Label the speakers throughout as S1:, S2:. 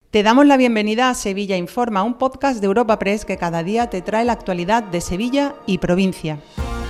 S1: Te damos la bienvenida a Sevilla Informa, un podcast de Europa Press que cada día te trae la actualidad de Sevilla y provincia.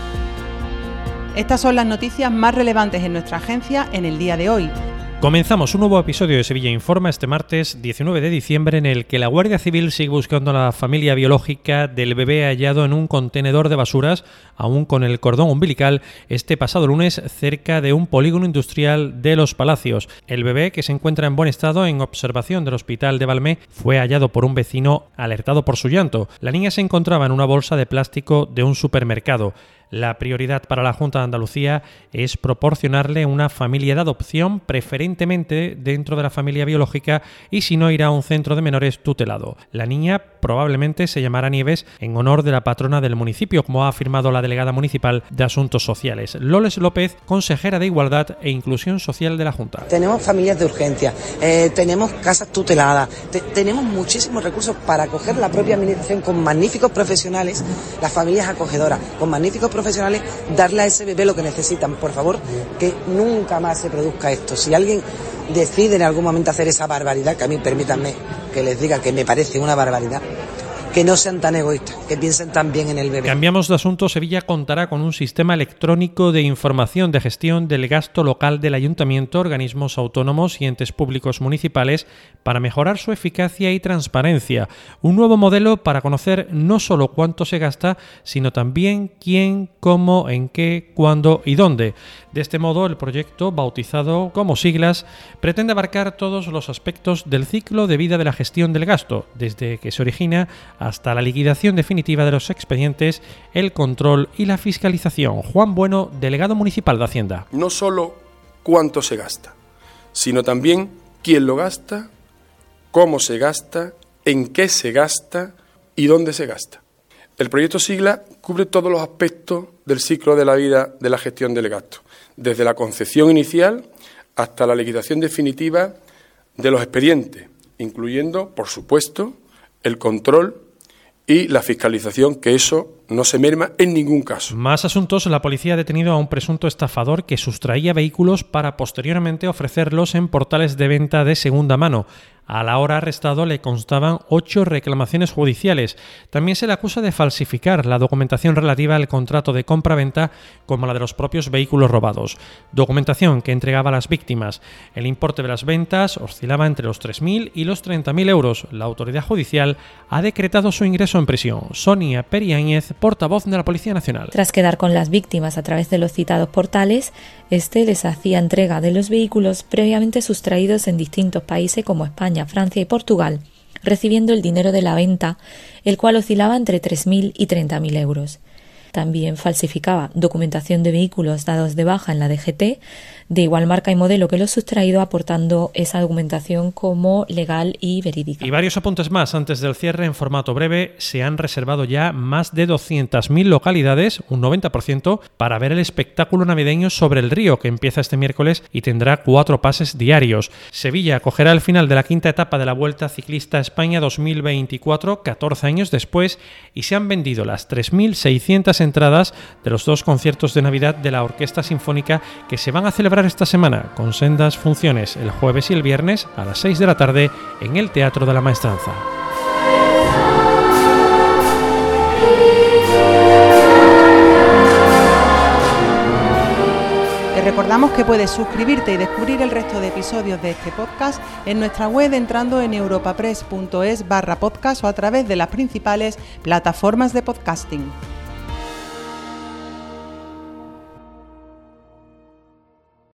S1: Estas son las noticias más relevantes en nuestra agencia en el día de hoy.
S2: Comenzamos un nuevo episodio de Sevilla Informa este martes 19 de diciembre en el que la Guardia Civil sigue buscando a la familia biológica del bebé hallado en un contenedor de basuras, aún con el cordón umbilical, este pasado lunes cerca de un polígono industrial de Los Palacios. El bebé, que se encuentra en buen estado en observación del hospital de Valmé, fue hallado por un vecino alertado por su llanto. La niña se encontraba en una bolsa de plástico de un supermercado. La prioridad para la Junta de Andalucía es proporcionarle una familia de adopción, preferentemente dentro de la familia biológica, y si no, irá a un centro de menores tutelado. La niña probablemente se llamará Nieves en honor de la patrona del municipio, como ha afirmado la delegada municipal de Asuntos Sociales, Loles López, consejera de Igualdad e Inclusión Social de la Junta.
S3: Tenemos familias de urgencia, tenemos casas tuteladas, tenemos muchísimos recursos para acoger la propia administración con magníficos profesionales, las familias acogedoras, con magníficos profesionales, darle a ese bebé lo que necesitan. Por favor, que nunca más se produzca esto. Si alguien decide en algún momento hacer esa barbaridad, que a mí permítanme que les diga que me parece una barbaridad, que no sean tan egoístas, que piensen también en el bebé.
S2: Cambiamos de asunto. Sevilla contará con un sistema electrónico de información de gestión del gasto local del ayuntamiento, organismos autónomos y entes públicos municipales para mejorar su eficacia y transparencia. Un nuevo modelo para conocer no solo cuánto se gasta, sino también quién, cómo, en qué, cuándo y dónde. De este modo, el proyecto, bautizado como Siglas, pretende abarcar todos los aspectos del ciclo de vida de la gestión del gasto, desde que se origina hasta la liquidación definitiva de los expedientes, el control y la fiscalización. Juan Bueno, delegado municipal de Hacienda.
S4: No solo cuánto se gasta, sino también quién lo gasta, cómo se gasta, en qué se gasta y dónde se gasta. El proyecto Sigla cubre todos los aspectos del ciclo de la vida de la gestión del gasto, desde la concepción inicial hasta la liquidación definitiva de los expedientes, incluyendo, por supuesto, el control y la fiscalización, que eso no se merma en ningún caso.
S2: Más asuntos. La policía ha detenido a un presunto estafador que sustraía vehículos para posteriormente ofrecerlos en portales de venta de segunda mano. A la hora arrestado le constaban 8 reclamaciones judiciales. También se le acusa de falsificar la documentación relativa al contrato de compra-venta como la de los propios vehículos robados. Documentación que entregaba a las víctimas. El importe de las ventas oscilaba entre los 3.000 y los 30.000 euros. La autoridad judicial ha decretado su ingreso en prisión. Sonia Periáñez, portavoz de la Policía Nacional.
S5: Tras quedar con las víctimas a través de los citados portales, este les hacía entrega de los vehículos previamente sustraídos en distintos países como España, Francia y Portugal, recibiendo el dinero de la venta, el cual oscilaba entre 3.000 y 30.000 euros. También falsificaba documentación de vehículos dados de baja en la DGT, de igual marca y modelo que los sustraídos, aportando esa documentación como legal y verídica.
S2: Y varios apuntes más antes del cierre en formato breve. Se han reservado ya más de 200.000 localidades, un 90%, para ver el espectáculo navideño Sobre el Río, que empieza este miércoles y tendrá 4 pases diarios. Sevilla acogerá el final de la 5ª etapa de la Vuelta Ciclista a España 2024, 14 años después, y se han vendido las 3.600 entradas de los 2 conciertos de Navidad de la Orquesta Sinfónica que se van a celebrar esta semana, con sendas funciones el jueves y el viernes a las 6 de la tarde en el Teatro de la Maestranza.
S1: Te recordamos que puedes suscribirte y descubrir el resto de episodios de este podcast en nuestra web entrando en europapress.es/podcast o a través de las principales plataformas de podcasting.